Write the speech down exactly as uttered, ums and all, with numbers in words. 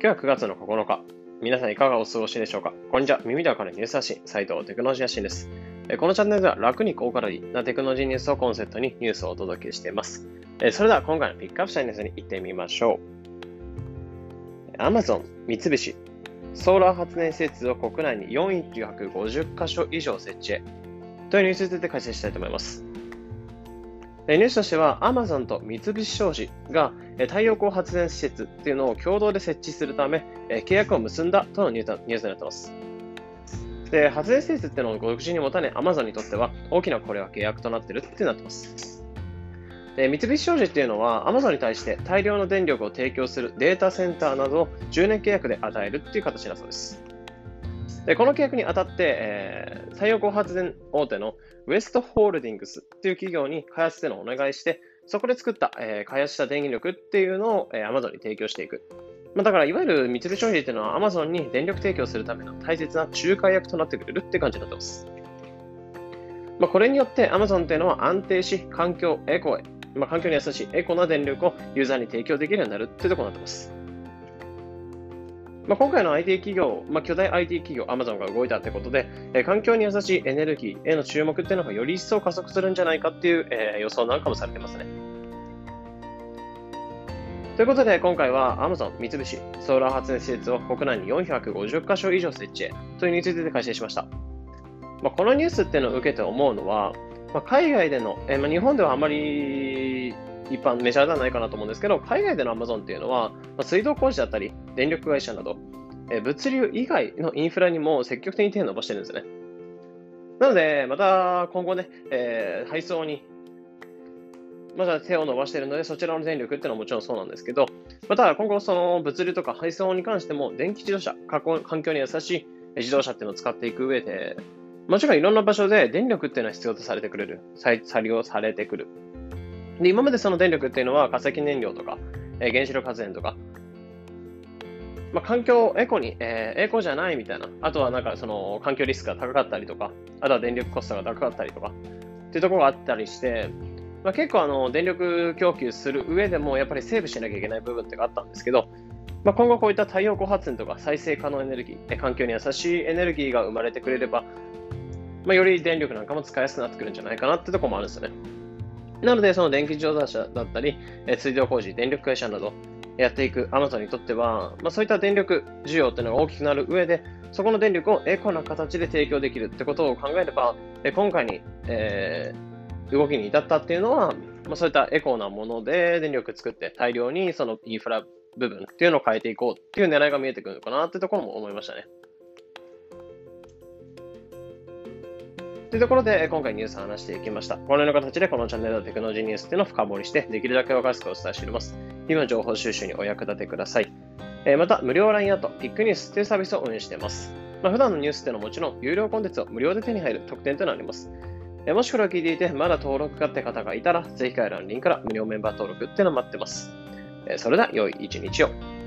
日はくがつのここのか。皆さんいかがお過ごしでしょうか。こんにちは。耳でわかるニュース発信、斉藤テクノロジー発信です。このチャンネルでは楽に高カロリーなテクノロジーニュースをコンセプトにニュースをお届けしています。それでは今回のピックアップしたいニュースに行ってみましょう。Amazon、三菱、ソーラー発電施設を国内によんひゃくごじゅっかしょ以上設置へというニュースについて解説したいと思います。ニュースとしては Amazon と三菱商事が太陽光発電施設というのを共同で設置するため契約を結んだとのニュースになっています。で、発電施設っていうのを独自に持たない Amazon にとっては大きなこれは契約となっているってなっています。で、三菱商事っていうのは Amazon に対して大量の電力を提供するデータセンターなどをじゅうねん契約で与えるっていう形だそうです。で、この契約にあたって、えー、太陽光発電大手のウエストホールディングスという企業に開発というのをお願いして、そこで作った、えー、開発した電力っていうのを、えー、Amazon に提供していく。まあ、だから、いわゆる三菱商事っていうのは Amazon に電力提供するための大切な仲介役となってくれるって感じになっています。まあ、これによって Amazon っていうのは安定し、環境、エコへ、まあ、環境に優しいエコな電力をユーザーに提供できるようになるっていうところになっています。まあ、今回の アイティー 企業、まあ、巨大 アイティー 企業 Amazon が動いたということで、えー、環境に優しいエネルギーへの注目っていうのがより一層加速するんじゃないかっていう、えー、予想なんかもされてますね。ということで今回は Amazon、三菱、ソーラー発電施設を国内によんひゃくごじゅっかしょ以上設置へというニュースについて解説しました。まあ、このニュースっていうのを受けて思うのは、まあ、海外での、えーまあ、日本ではあまり一般メジャーではないかなと思うんですけど、海外での Amazon っていうのは、まあ、水道工事だったり、電力会社など、えー、物流以外のインフラにも積極的に手を伸ばしてるんですね。なので、また今後ね、えー、配送にまだ手を伸ばしているので、そちらの電力っていうのはもちろんそうなんですけど、また今後その物流とか配送に関しても、電気自動車、環境に優しい自動車っていうのを使っていく上で、もちろんいろんな場所で電力っていうのは必要とされてくれる、採用されてくる。で、今までその電力っていうのは化石燃料とか、えー、原子力発電とか、まあ、環境エコに、えー、エコじゃないみたいな、あとはなんかその環境リスクが高かったりとか、あとは電力コストが高かったりとか、っていうところがあったりして、まあ、結構あの電力供給する上でもやっぱりセーブしなきゃいけない部分ってがあったんですけど、まあ、今後こういった太陽光発電とか再生可能エネルギー、環境に優しいエネルギーが生まれてくれれば、まあ、より電力なんかも使いやすくなってくるんじゃないかなってところもあるんですよね。なので、その電気自動車だったり、水道工事、電力会社などやっていく Amazon にとっては、まあ、そういった電力需要っていうのが大きくなる上で、そこの電力をエコな形で提供できるってことを考えれば、今回に、えー、動きに至ったっていうのは、まあ、そういったエコなもので電力作って大量にそのインフラ部分っていうのを変えていこうっていう狙いが見えてくるのかなってところも思いましたね。というところで今回ニュースを話していきました。このような形でこのチャンネルのテクノロジーニュースっていうのを深掘りしてできるだけ分かりやすくお伝えしております。今の情報収集にお役立てください。えー、また無料 ライン アットピックニュースというサービスを運営しています。まあ、普段のニュースっていうのはもちろん有料コンテンツを無料で手に入る特典となります。えー、もしこれを聞いていてまだ登録かって方がいたらぜひ概要欄のリンクから無料メンバー登録っていうのを待ってます。えー、それでは良い一日を。